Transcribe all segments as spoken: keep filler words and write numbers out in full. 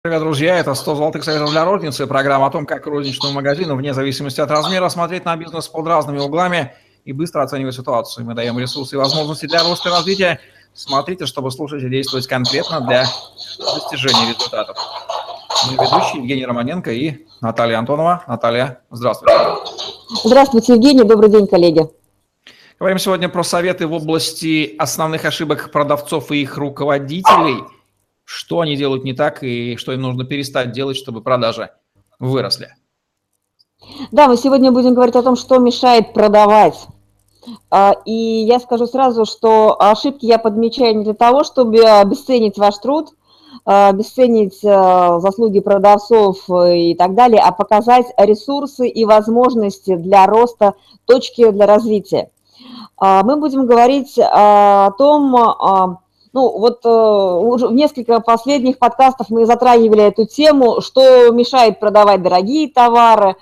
Привет, друзья! Это сто золотых советов для розницы. Программа о том, как розничному магазину, вне зависимости от размера, смотреть на бизнес под разными углами и быстро оценивать ситуацию. Мы даем ресурсы и возможности для роста и развития. Смотрите, чтобы слушать и действовать конкретно для достижения результатов. Мы ведущие Евгений Романенко и Наталья Антонова. Наталья, здравствуйте. Здравствуйте, Евгений. Добрый день, коллеги. Говорим сегодня про советы в области основных ошибок продавцов и их руководителей. Что они делают не так и что им нужно перестать делать, чтобы продажи выросли. Да, мы сегодня будем говорить о том, что мешает продавать. И я скажу сразу, что ошибки я подмечаю не для того, чтобы обесценить ваш труд, обесценить заслуги продавцов и так далее, а показать ресурсы и возможности для роста, точки для развития. Мы будем говорить о том, ну вот уже в несколько последних подкастов мы затрагивали эту тему, что мешает продавать дорогие товары.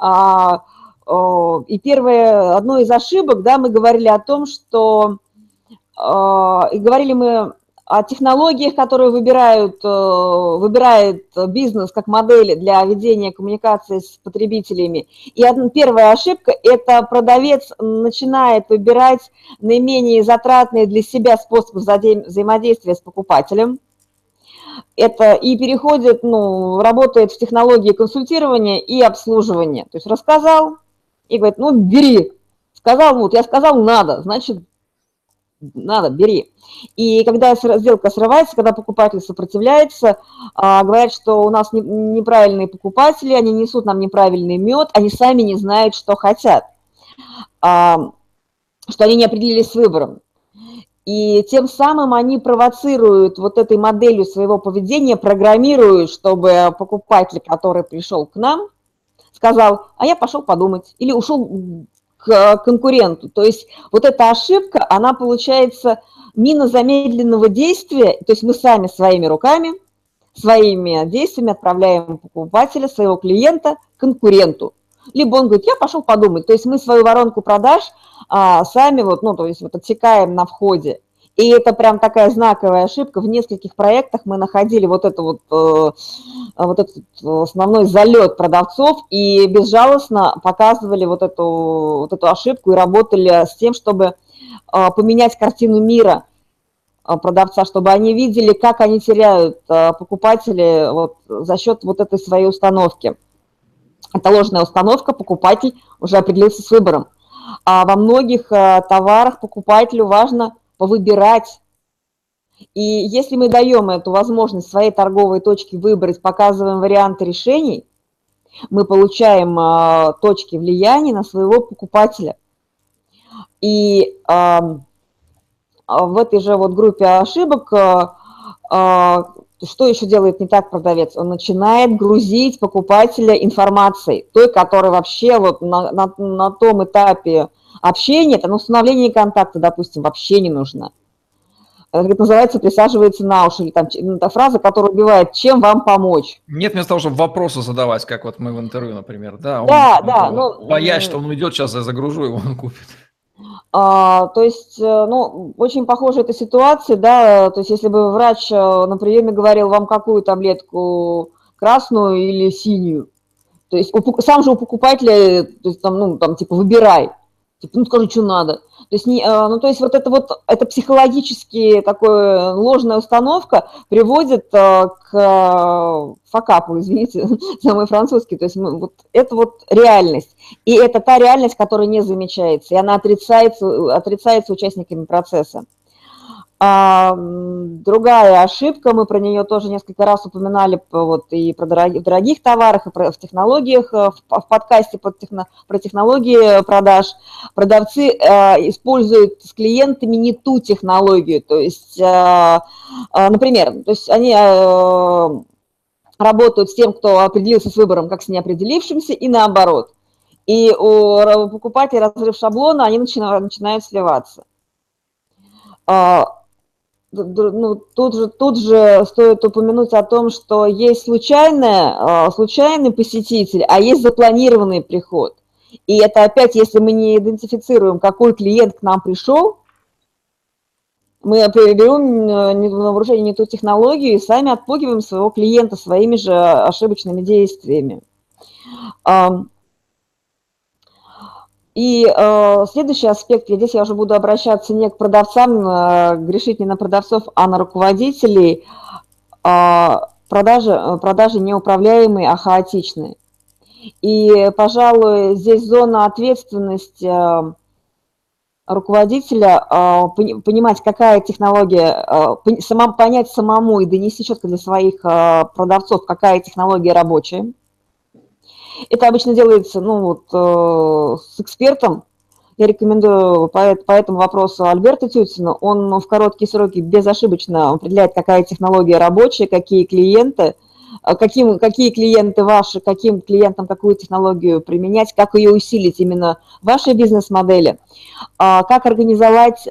И первое, одно из ошибок, да, мы говорили о том, что, и говорили мы о технологиях, которые выбирают, выбирает бизнес как модели для ведения коммуникации с потребителями. И одна, первая ошибка – это продавец начинает выбирать наименее затратные для себя способы взаимодействия с покупателем. Это и переходит, ну, работает в технологии консультирования и обслуживания. То есть рассказал и говорит, ну, бери. Сказал, вот я сказал, надо, значит, надо, бери. И когда сделка срывается, когда покупатель сопротивляется, говорят, что у нас неправильные покупатели, они несут нам неправильный мед, они сами не знают, что хотят, что они не определились с выбором. И тем самым они провоцируют вот этой моделью своего поведения, программируют, чтобы покупатель, который пришел к нам, сказал, а я пошел подумать, или ушел к конкуренту. То есть вот эта ошибка, она получается мина замедленного действия, то есть мы сами своими руками, своими действиями отправляем покупателя, своего клиента к конкуренту. Либо он говорит, я пошел подумать. То есть мы свою воронку продаж а, сами вот, ну, то есть вот отсекаем на входе. И это прям такая знаковая ошибка. В нескольких проектах мы находили вот, это вот, э, вот этот основной залет продавцов и безжалостно показывали вот эту, вот эту ошибку и работали с тем, чтобы э, поменять картину мира продавца, чтобы они видели, как они теряют э, покупатели вот, за счет вот этой своей установки. Это ложная установка, покупатель уже определился с выбором. А во многих э, товарах покупателю важно повыбирать. И если мы даем эту возможность своей торговой точке выбрать, показываем варианты решений, мы получаем э, точки влияния на своего покупателя. И э, в этой же вот группе ошибок, э, э, что еще делает не так продавец? Он начинает грузить покупателя информацией, той, которая вообще вот на, на, на том этапе общения, это на установление контакта, допустим, вообще не нужно. Это, как называется, присаживается на уши. Или там, это фраза, которая убивает, чем вам помочь. Нет, вместо того, чтобы вопросы задавать, как вот мы в интервью, например. Да, он, да, он, да. он, Ну, боясь, что он уйдет, сейчас я загружу его, он купит. А, то есть, ну, очень похожа эта ситуация, да, то есть если бы врач на приеме говорил вам, какую таблетку, красную или синюю, то есть у, сам же у покупателя, то есть там, ну, там, типа, выбирай, типа, ну, скажи, что надо. То есть, не, ну, то есть вот это вот, это психологически такая ложная установка приводит к факапу, извините, за мой французский, то есть вот, это вот реальность. И это та реальность, которая не замечается, и она отрицается, отрицается участниками процесса. А, другая ошибка, мы про нее тоже несколько раз упоминали вот, и про дорогих, дорогих товарах, и про, в технологиях, в, в подкасте под техно, про технологии продаж. Продавцы э, используют с клиентами не ту технологию, то есть, э, э, например, то есть они э, работают с тем, кто определился с выбором, как с неопределившимся, и наоборот. И у покупателей разрыв шаблона, они начинают, начинают сливаться. Ну, тут же, тут же стоит упомянуть о том, что есть случайный, случайный посетитель, а есть запланированный приход. И это опять, если мы не идентифицируем, какой клиент к нам пришел, Мы берем на вооружение не ту технологию и сами отпугиваем своего клиента своими же ошибочными действиями. И э, следующий аспект, здесь я уже буду обращаться не к продавцам, э, грешить не на продавцов, а на руководителей. Э, продажи, продажи неуправляемые, а хаотичные. И, пожалуй, здесь зона ответственности э, руководителя, э, понимать, какая технология, э, сама, понять самому и донести четко для своих э, продавцов, какая технология рабочая. Это обычно делается, ну, вот, э, с экспертом. Я рекомендую по, по этому вопросу Альберта Тютина. Он в короткие сроки безошибочно определяет, какая технология рабочая, какие клиенты, каким, какие клиенты ваши, каким клиентам какую технологию применять, как ее усилить именно в вашей бизнес-модели, как организовать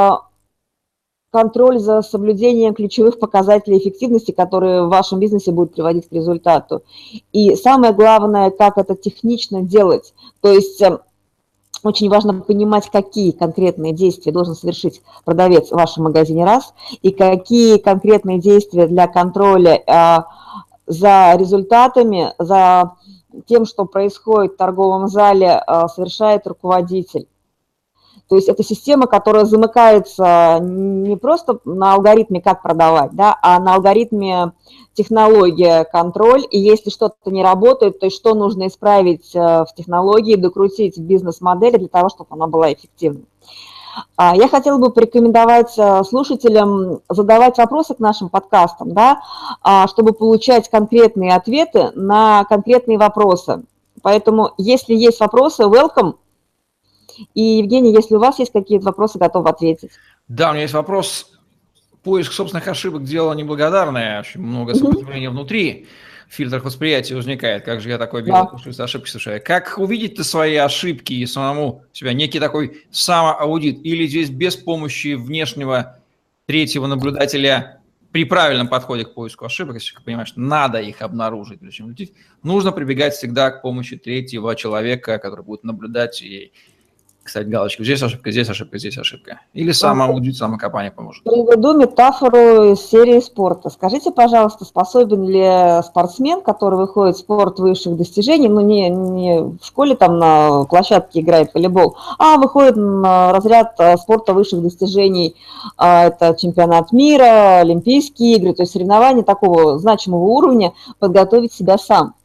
контроль за соблюдением ключевых показателей эффективности, которые в вашем бизнесе будут приводить к результату. И самое главное, как это технично делать. То есть очень важно понимать, какие конкретные действия должен совершить продавец в вашем магазине раз, и какие конкретные действия для контроля за результатами, за тем, что происходит в торговом зале, совершает руководитель. То есть это система, которая замыкается не просто на алгоритме, как продавать, да, а на алгоритме технология, контроль. И если что-то не работает, то есть что нужно исправить в технологии, докрутить в бизнес-модели для того, чтобы она была эффективной. Я хотела бы порекомендовать слушателям задавать вопросы к нашим подкастам, да, чтобы получать конкретные ответы на конкретные вопросы. Поэтому, если есть вопросы, welcome. И, Евгений, если у вас есть какие-то вопросы, готов ответить. Да, у меня есть вопрос. Поиск собственных ошибок – дело неблагодарное, очень много сопротивления mm-hmm. внутри, в фильтрах восприятия возникает. Как же я такой без да. ошибки совершаю? Как увидеть-то свои ошибки и самому себя, некий такой самоаудит? Или здесь без помощи внешнего третьего наблюдателя при правильном подходе к поиску ошибок, если ты понимаешь, надо их обнаружить, прежде чем лететь, нужно прибегать всегда к помощи третьего человека, который будет наблюдать и кстати, галочку. Здесь ошибка, здесь ошибка, здесь ошибка. Или самоаудит, самокопание поможет. Приведу метафору из серии спорта. Скажите, пожалуйста, способен ли спортсмен, который выходит в спорт высших достижений, ну не, не в школе там на площадке играет в волейбол, а выходит на разряд спорта высших достижений, это чемпионат мира, Олимпийские игры, то есть соревнования такого значимого уровня, подготовить себя сам?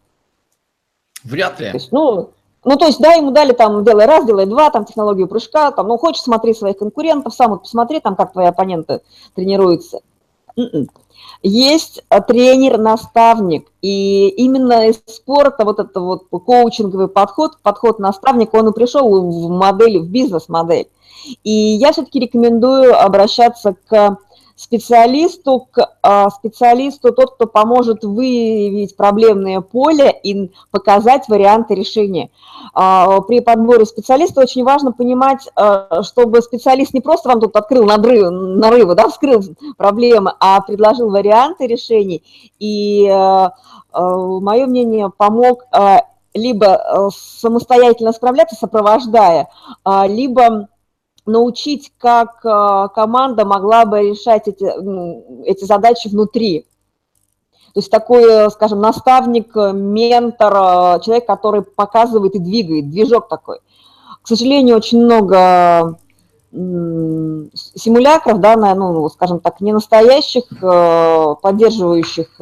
Вряд ли. То есть, ну, Ну, то есть, да, ему дали там, делай раз, делай два, там, технологию прыжка, там, ну, хочешь смотреть своих конкурентов, сам вот посмотри, там, как твои оппоненты тренируются. Есть тренер-наставник, и именно из спорта вот это вот коучинговый подход, подход наставника, он и пришел в модель, в бизнес-модель. И я все-таки рекомендую обращаться к специалисту, к специалисту, тот, кто поможет выявить проблемное поле и показать варианты решения. При подборе специалиста очень важно понимать, чтобы специалист не просто вам тут открыл надрыв, нарывы, да, вскрыл проблемы, а предложил варианты решений. И, мое мнение, помог либо самостоятельно справляться, сопровождая, либо научить, как команда могла бы решать эти, эти задачи внутри. То есть такой, скажем, наставник, ментор, человек, который показывает и двигает, движок такой. К сожалению, очень много симулякров, да, ну, скажем так, не настоящих, поддерживающих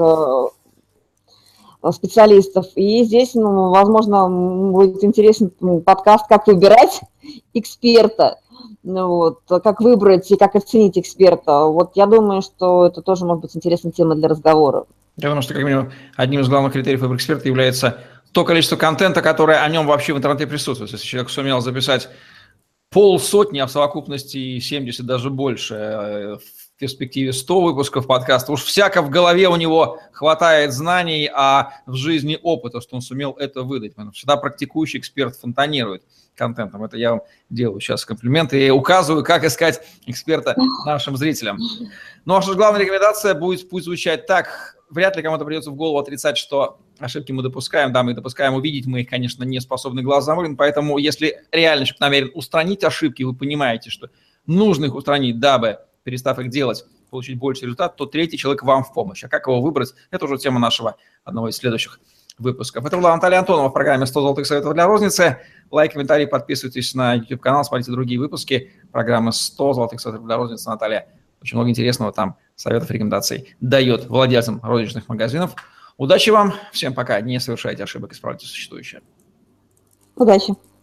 специалистов. И здесь, ну, возможно, будет интересен подкаст «Как выбирать эксперта». Ну, вот, как выбрать и как оценить эксперта. Вот я думаю, что это тоже может быть интересная тема для разговора. Я думаю, что как минимум одним из главных критериев выбора эксперта является то количество контента, которое о нем вообще в интернете присутствует. Если человек сумел записать полсотни, а в совокупности семьдесят, даже больше, в перспективе сто выпусков подкаста, уж всяко в голове у него хватает знаний, а в жизни опыта, что он сумел это выдать. Всегда практикующий эксперт фонтанирует контентом. Это я вам делаю сейчас комплименты и указываю, как искать эксперта нашим зрителям. Ну, а что же главная рекомендация будет пусть звучать так. Вряд ли кому-то придется в голову отрицать, что ошибки мы допускаем. Да, мы их допускаем, увидеть мы их, конечно, не способны глаз замылен. Поэтому, если реально человек намерен устранить ошибки, вы понимаете, что нужно их устранить, дабы перестав их делать, получить больше результат, то третий человек вам в помощь. А как его выбрать, это уже тема нашего одного из следующих выпусков. Это была Наталья Антонова в программе сто золотых советов для розницы. Лайк, комментарий, подписывайтесь на YouTube-канал, смотрите другие выпуски программы сто золотых советов для розницы. Наталья очень много интересного там советов, рекомендаций дает владельцам розничных магазинов. Удачи вам, всем пока, не совершайте ошибок, исправляйте существующее. Удачи.